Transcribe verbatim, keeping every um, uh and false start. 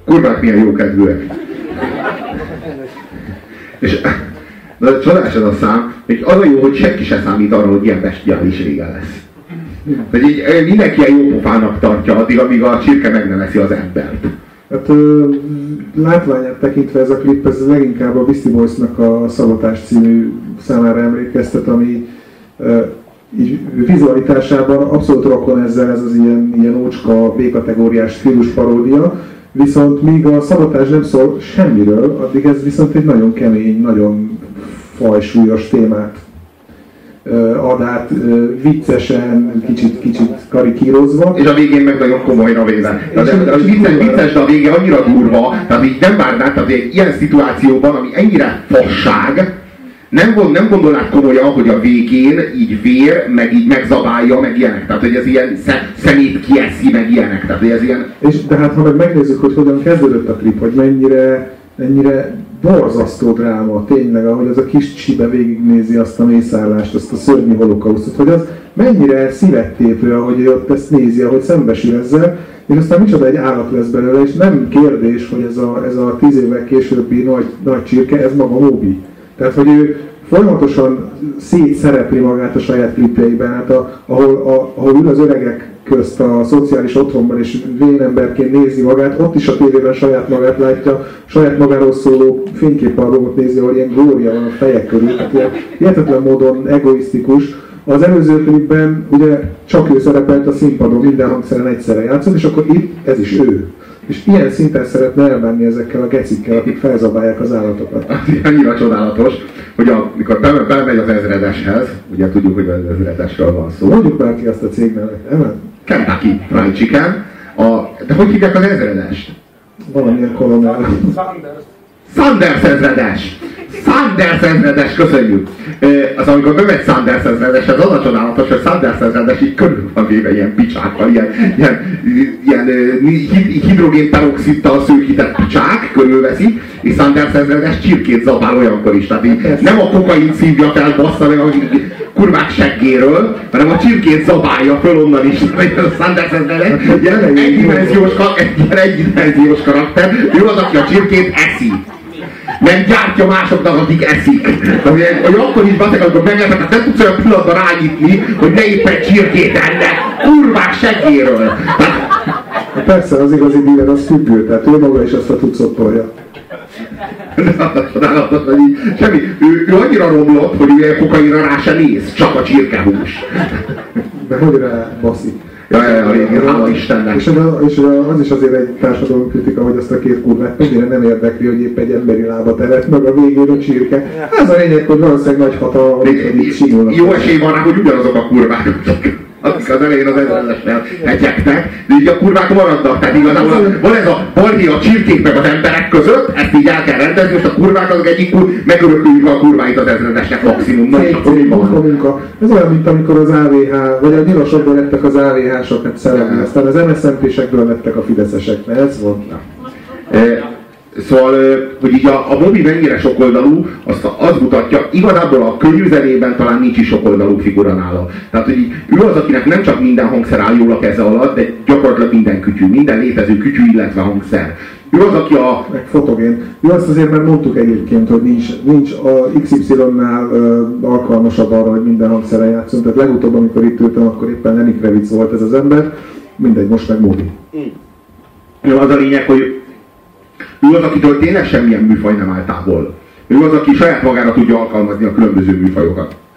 kurvák milyen jó kedvűek. És de csodás ez a szám, hogy az a jó, hogy senki se számít arra, hogy ilyen bestiális vége lesz. Hogy így mindenki ilyen jó pofának tartja addig, amíg a csirke meg nem eszi az embert. Hát ö, látványát tekintve ez a klip, ez leginkább a Beastie Boysnak a Szabotás című számára emlékeztet, ami ö, így vizualitásában abszolút rokon ezzel, ez az ilyen, ilyen ócska B-kategóriás stílus paródia, viszont míg a Szabotás nem szól semmiről, addig ez viszont egy nagyon kemény, nagyon fajsúlyos témát ad át viccesen, kicsit, kicsit karikírozva. És a végén meg nagyon komolyra véve. De az vicces, vicces, de a vége annyira durva, tehát így nem várnád, tehát egy ilyen szituációban, ami ennyire fasság, nem, gond, nem gondolnád komolyan, hogy a végén így vér, meg így megzabálja, meg ilyenek. Tehát, hogy ez ilyen szemét kieszi, meg ilyenek. Tehát, hogy ez ilyen... És de hát, ha meg megnézzük, hogy hogyan kezdődött a klip, hogy mennyire, mennyire borzasztó dráma, tényleg, ahogy az a kis csibe végignézi azt a mészárlást, azt a szörnyű holokausztot, hogy az mennyire szívettépő, ahogy ott ezt nézi, ahogy szembesül ezzel, és aztán micsoda egy állat lesz belőle, és nem kérdés, hogy ez a, ez a tíz évvel későbbi nagy, nagy csirke, ez maga Moby. Tehát, hogy ő folyamatosan szétszerepli magát a saját klipjeiben, hát a, ahol, a, ahol ül az öregek közt a szociális otthonban, és vénemberként nézi magát, ott is a tévében saját magát látja, saját magáról szóló fényképalbumot nézi, ahol ilyen glória van a fejek körül, tehát ilyen hihetetlen módon egoisztikus. Az előző klipben ugye csak ő szerepelt a színpadon, minden hangszeren egyszerre játszott, és akkor itt ez is ő. És ilyen szinten szeretne elmenni ezekkel a gecikkel, akik felzabálják az állatokat. Annyira csodálatos, hogy amikor bemegy az ezredeshez, ugye tudjuk, hogy az ezredesről van szó. Mondjuk már ki azt a cégnevet, nem? Kentucky Fried Chicken. A, de hogy hívják az ezredest? Valamilyen kolonál. Sanders ezredes! Sanders ezredes, köszönjük! Az amikor bemegy Sanders ezredes, ez az a csodálatos, hogy Sanders ezredes így körül van véve ilyen picsákkal, ilyen, ilyen, ilyen hidrogénperoxidtal szőkített picsák körülveszik, és Sanders ezredes csirkét zabál olyankor is. Tehát így nem a kokain szívja fel, bassza meg a kurvák seggéről, hanem a csirkét zabálja föl onnan is. A Sanders ezredes ilyen egydimenziós, egydimenziós karakter, ő az, aki a csirkét eszi. Nem gyártja másoknak, akik eszik. Hogy, hogy akkor is batek, amikor megletek, nem tudsz olyan pillanatban rányitni, hogy ne éppen csirkét enne. Kurvák seggéről. Persze, az igazi díler az függő, tehát ő maga is azt a tucot tolja. Semmi. Ő, ő annyira romlott, hogy ő kokainra rá se néz, csak a csirkehús. De hogy rá baszik? Ja, ja, ja, ja, hála Istennek. És, és az is azért egy társadalmi kritika, hogy azt a két kurvát mennyire nem érdekli, hogy épp egy emberi lába teret, meg a végén a csirke. Ez a lényeg, hogy valószínűleg nagy hatalma, hogy itt simulnak. Jó esély van rá, hogy ugyanazok a kurvák, akik az elején az ezredesnél hegyektek, de így a kurvák maradnak. Tehát igazából van ez a balhé a csirkék meg az emberek között, ezt így el kell rendezni, és a kurvák azok egyik kur, megörököljük a kurváit az ezredesnek maximum. Nagy munka. Ez olyan, mint amikor az á vé há, vagy a nyilasokból lettek az á vé há-sok, hát szerelmi, aztán az em es zé en pé-sekből lettek a fideszesek, mert ez volt. Szóval, hogy így a, a Moby mennyire sokoldalú, azt az mutatja, igazából a könyvzenében talán nincs is sokoldalú figura nála. Tehát, hogy így, ő az, akinek nem csak minden hangszer áll jól a keze alatt, de gyakorlatilag minden kütyű, minden létező kütyű, illetve hangszer. Ő az, aki a... Meg fotogén. Jó, azt azért már mondtuk egyébként, hogy nincs, nincs a iksz ipszilonnál uh, alkalmasabb arra, hogy minden hangszeren játszunk. Tehát legutóbb, amikor itt ültem, akkor éppen Lenny Kravitz volt ez az ember. Mindegy, most meg Moby. Mm. Az a lényeg, hogy ő az, akitől tényleg semmilyen műfaj nem áll távol. Ő az, aki saját magára tudja alkalmazni a különböző műfajokat.